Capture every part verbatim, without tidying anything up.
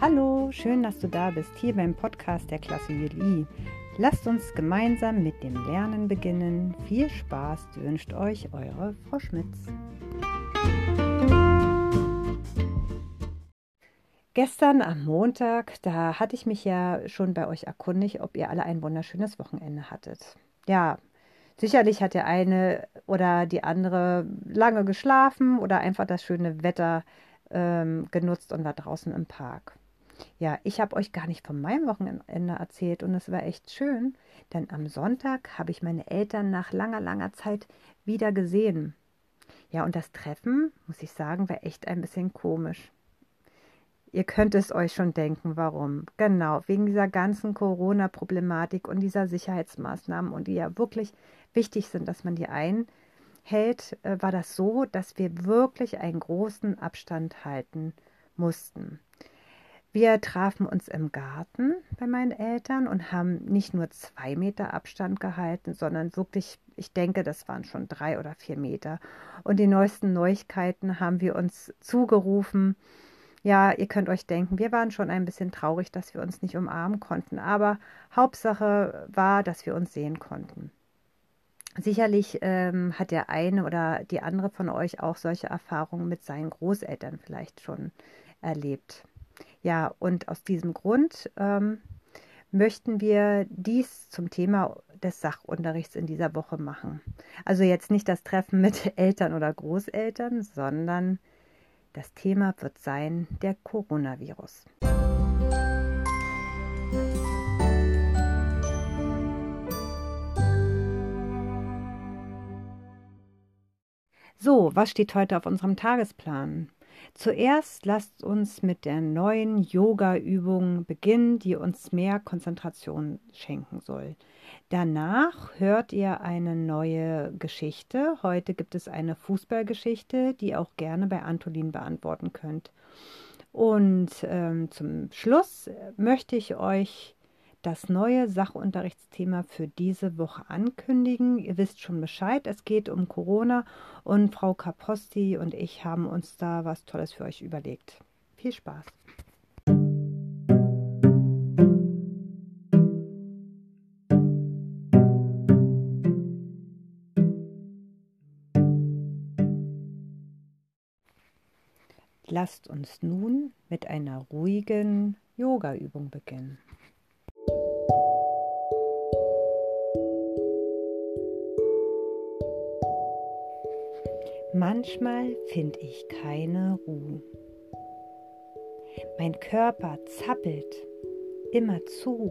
Hallo, schön, dass du da bist, hier beim Podcast der Klasse J L I. Lasst uns gemeinsam mit dem Lernen beginnen. Viel Spaß wünscht euch eure Frau Schmitz. Gestern am Montag, da hatte ich mich ja schon bei euch erkundigt, ob ihr alle ein wunderschönes Wochenende hattet. Ja, sicherlich hat der eine oder die andere lange geschlafen oder einfach das schöne Wetter ähm, genutzt und war draußen im Park. Ja, ich habe euch gar nicht von meinem Wochenende erzählt und es war echt schön, denn am Sonntag habe ich meine Eltern nach langer, langer Zeit wieder gesehen. Ja, und das Treffen, muss ich sagen, war echt ein bisschen komisch. Ihr könnt es euch schon denken, warum. Genau, wegen dieser ganzen Corona-Problematik und dieser Sicherheitsmaßnahmen und die ja wirklich wichtig sind, dass man die einhält, äh, war das so, dass wir wirklich einen großen Abstand halten mussten. Wir trafen uns im Garten bei meinen Eltern und haben nicht nur zwei Meter Abstand gehalten, sondern wirklich, ich denke, das waren schon drei oder vier Meter. Und die neuesten Neuigkeiten haben wir uns zugerufen. Ja, ihr könnt euch denken, wir waren schon ein bisschen traurig, dass wir uns nicht umarmen konnten, aber Hauptsache war, dass wir uns sehen konnten. Sicherlich ähm, hat der eine oder die andere von euch auch solche Erfahrungen mit seinen Großeltern vielleicht schon erlebt. Ja, und aus diesem Grund ähm, möchten wir dies zum Thema des Sachunterrichts in dieser Woche machen. Also jetzt nicht das Treffen mit Eltern oder Großeltern, sondern das Thema wird sein der Coronavirus. So, was steht heute auf unserem Tagesplan? Zuerst lasst uns mit der neuen Yoga-Übung beginnen, die uns mehr Konzentration schenken soll. Danach hört ihr eine neue Geschichte. Heute gibt es eine Fußballgeschichte, die ihr auch gerne bei Antolin beantworten könnt. Und ähm, zum Schluss möchte ich euch das neue Sachunterrichtsthema für diese Woche ankündigen. Ihr wisst schon Bescheid, es geht um Corona und Frau Kaposti und ich haben uns da was Tolles für euch überlegt. Viel Spaß! Lasst uns nun mit einer ruhigen Yoga-Übung beginnen. Manchmal finde ich keine Ruhe. Mein Körper zappelt immer zu.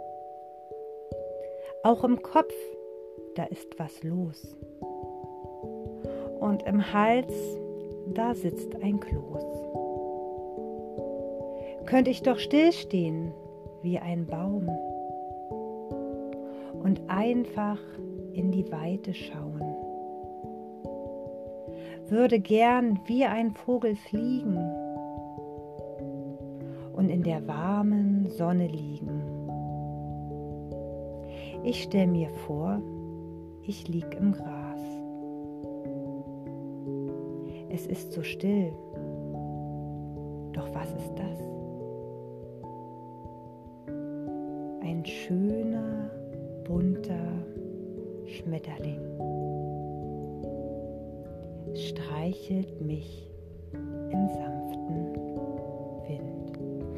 Auch im Kopf, da ist was los. Und im Hals, da sitzt ein Kloß. Könnte ich doch stillstehen wie ein Baum und einfach in die Weite schauen. Würde gern wie ein Vogel fliegen und in der warmen Sonne liegen. Ich stell mir vor, ich lieg im Gras. Es ist so still, doch was ist das? Ein schöner, bunter Schmetterling streichelt mich im sanften Wind.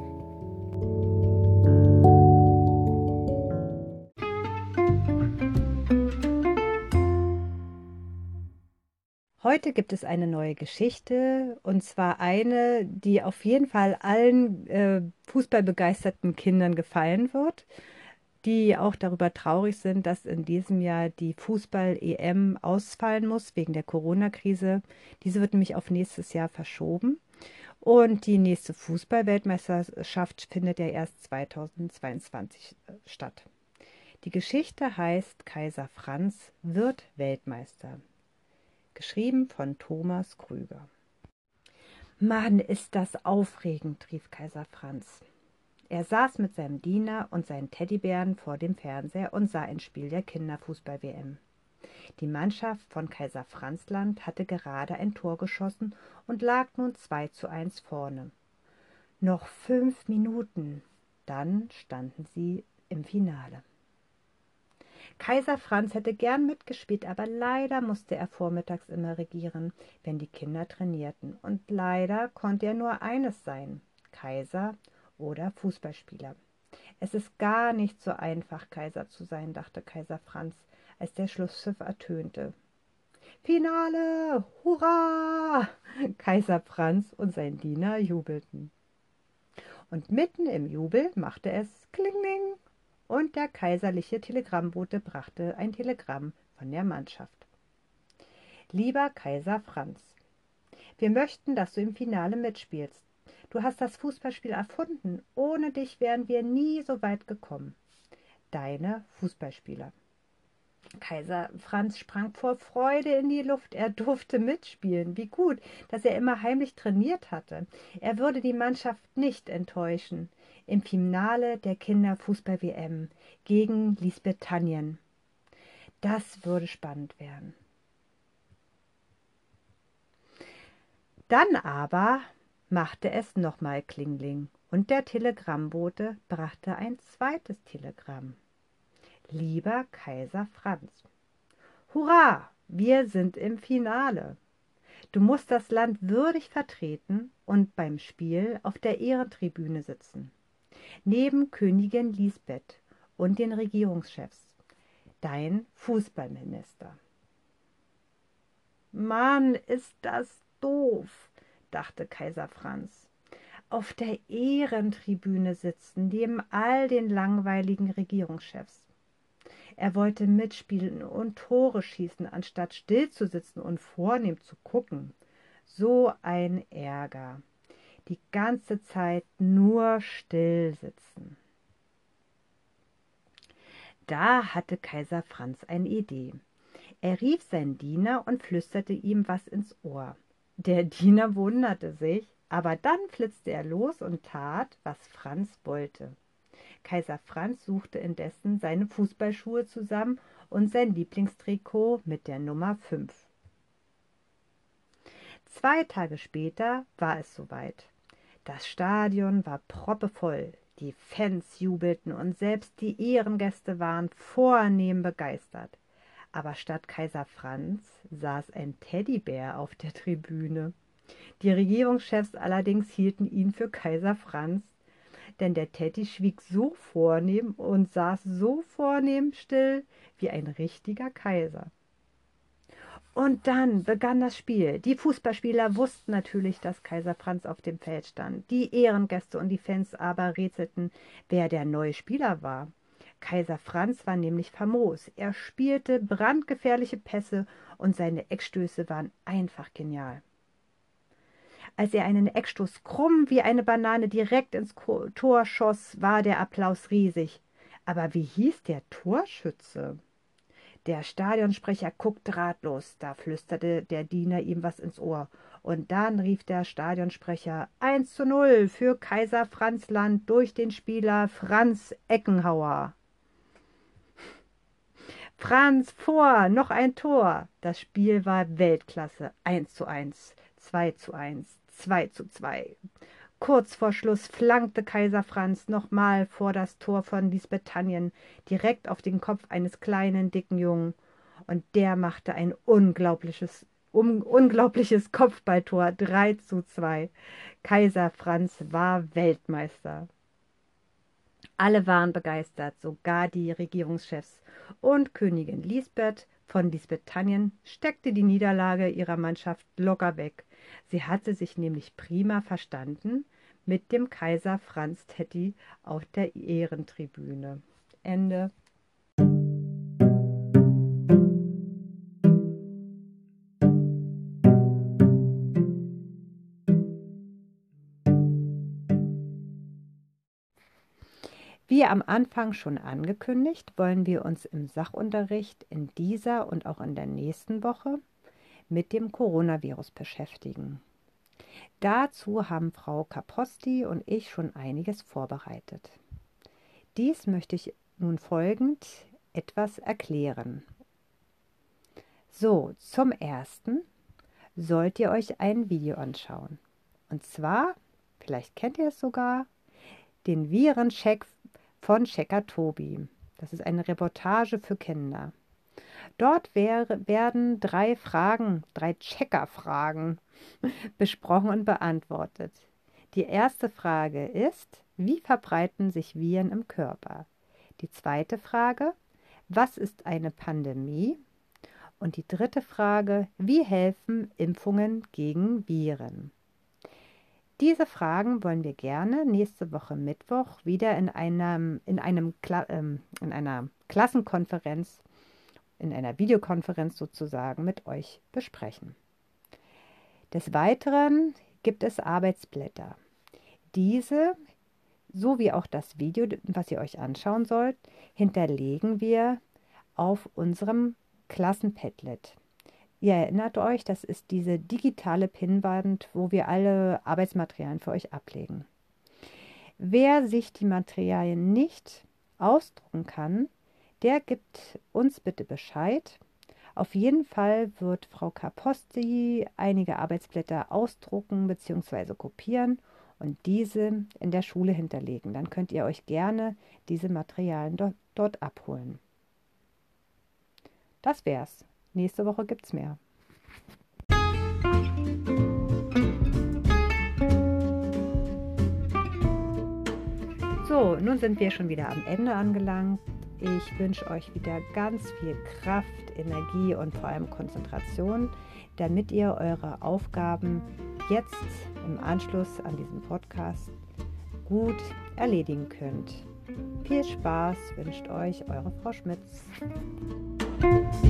Heute gibt es eine neue Geschichte und zwar eine, die auf jeden Fall allen äh, fußballbegeisterten Kindern gefallen wird, die auch darüber traurig sind, dass in diesem Jahr die Fußball-E M ausfallen muss wegen der Corona-Krise. Diese wird nämlich auf nächstes Jahr verschoben und die nächste Fußball-Weltmeisterschaft findet ja erst zweitausendzweiundzwanzig statt. Die Geschichte heißt Kaiser Franz wird Weltmeister. Geschrieben von Thomas Krüger. Mann, ist das aufregend, rief Kaiser Franz. Er saß mit seinem Diener und seinen Teddybären vor dem Fernseher und sah ein Spiel der Kinderfußball-W M. Die Mannschaft von Kaiser Franzland hatte gerade ein Tor geschossen und lag nun zwei zu eins vorne. Noch fünf Minuten, dann standen sie im Finale. Kaiser Franz hätte gern mitgespielt, aber leider musste er vormittags immer regieren, wenn die Kinder trainierten. Und leider konnte er nur eines sein: Kaiser oder Fußballspieler. Es ist gar nicht so einfach, Kaiser zu sein, dachte Kaiser Franz, als der Schlusspfiff ertönte. Finale! Hurra! Kaiser Franz und sein Diener jubelten. Und mitten im Jubel machte es Klingling, und der kaiserliche Telegrammbote brachte ein Telegramm von der Mannschaft. Lieber Kaiser Franz, wir möchten, dass du im Finale mitspielst. Du hast das Fußballspiel erfunden. Ohne dich wären wir nie so weit gekommen. Deine Fußballspieler. Kaiser Franz sprang vor Freude in die Luft. Er durfte mitspielen. Wie gut, dass er immer heimlich trainiert hatte. Er würde die Mannschaft nicht enttäuschen. Im Finale der Kinderfußball-W M gegen Großbritannien. Das würde spannend werden. Dann aber machte es nochmal Klingling und der Telegrammbote brachte ein zweites Telegramm. Lieber Kaiser Franz, hurra, wir sind im Finale. Du musst das Land würdig vertreten und beim Spiel auf der Ehrentribüne sitzen, neben Königin Lisbeth und den Regierungschefs, dein Fußballminister. Mann, ist das doof, dachte Kaiser Franz. Auf der Ehrentribüne sitzen, neben all den langweiligen Regierungschefs. Er wollte mitspielen und Tore schießen, anstatt still zu sitzen und vornehm zu gucken. So ein Ärger. Die ganze Zeit nur still sitzen. Da hatte Kaiser Franz eine Idee. Er rief seinen Diener und flüsterte ihm was ins Ohr. Der Diener wunderte sich, aber dann flitzte er los und tat, was Franz wollte. Kaiser Franz suchte indessen seine Fußballschuhe zusammen und sein Lieblingstrikot mit der Nummer fünf. Zwei Tage später war es soweit. Das Stadion war proppevoll, die Fans jubelten und selbst die Ehrengäste waren vornehm begeistert. Aber statt Kaiser Franz saß ein Teddybär auf der Tribüne. Die Regierungschefs allerdings hielten ihn für Kaiser Franz, denn der Teddy schwieg so vornehm und saß so vornehm still wie ein richtiger Kaiser. Und dann begann das Spiel. Die Fußballspieler wussten natürlich, dass Kaiser Franz auf dem Feld stand. Die Ehrengäste und die Fans aber rätselten, wer der neue Spieler war. Kaiser Franz war nämlich famos. Er spielte brandgefährliche Pässe und seine Eckstöße waren einfach genial. Als er einen Eckstoß krumm wie eine Banane direkt ins Tor schoss, war der Applaus riesig. Aber wie hieß der Torschütze? Der Stadionsprecher guckte ratlos, da flüsterte der Diener ihm was ins Ohr. Und dann rief der Stadionsprecher eins zu null für Kaiser Franzland durch den Spieler Franz Eckenhauer. Franz vor, noch ein Tor. Das Spiel war Weltklasse. eins zu eins, zwei zu eins, zwei zu zwei. Kurz vor Schluss flankte Kaiser Franz nochmal vor das Tor von Großbritannien, direkt auf den Kopf eines kleinen, dicken Jungen. Und der machte ein unglaubliches, um, unglaubliches Kopfballtor, drei zu zwei. Kaiser Franz war Weltmeister. Alle waren begeistert, sogar die Regierungschefs. Und Königin Lisbeth von Großbritannien steckte die Niederlage ihrer Mannschaft locker weg. Sie hatte sich nämlich prima verstanden mit dem Kaiser Franz Teddy auf der Ehrentribüne. Ende. Wie am Anfang schon angekündigt, wollen wir uns im Sachunterricht in dieser und auch in der nächsten Woche mit dem Coronavirus beschäftigen. Dazu haben Frau Kaposti und ich schon einiges vorbereitet. Dies möchte ich nun folgend etwas erklären. So, zum Ersten sollt ihr euch ein Video anschauen. Und zwar vielleicht kennt ihr es sogar, den Virencheck von Checker Tobi. Das ist eine Reportage für Kinder. Dort wäre, werden drei Fragen, drei Checker-Fragen besprochen und beantwortet. Die erste Frage ist, wie verbreiten sich Viren im Körper? Die zweite Frage, was ist eine Pandemie? Und die dritte Frage, wie helfen Impfungen gegen Viren? Diese Fragen wollen wir gerne nächste Woche Mittwoch wieder in, einem, in, einem Kla ähm, in einer Klassenkonferenz, in einer Videokonferenz sozusagen mit euch besprechen. Des Weiteren gibt es Arbeitsblätter. Diese, so wie auch das Video, was ihr euch anschauen sollt, hinterlegen wir auf unserem Klassenpadlet. Ihr erinnert euch, das ist diese digitale Pinnwand, wo wir alle Arbeitsmaterialien für euch ablegen. Wer sich die Materialien nicht ausdrucken kann, der gibt uns bitte Bescheid. Auf jeden Fall wird Frau Kaposti einige Arbeitsblätter ausdrucken bzw. kopieren und diese in der Schule hinterlegen. Dann könnt ihr euch gerne diese Materialien dort, dort abholen. Das wär's. Nächste Woche gibt's mehr. So, nun sind wir schon wieder am Ende angelangt. Ich wünsche euch wieder ganz viel Kraft, Energie und vor allem Konzentration, damit ihr eure Aufgaben jetzt im Anschluss an diesen Podcast gut erledigen könnt. Viel Spaß wünscht euch eure Frau Schmitz.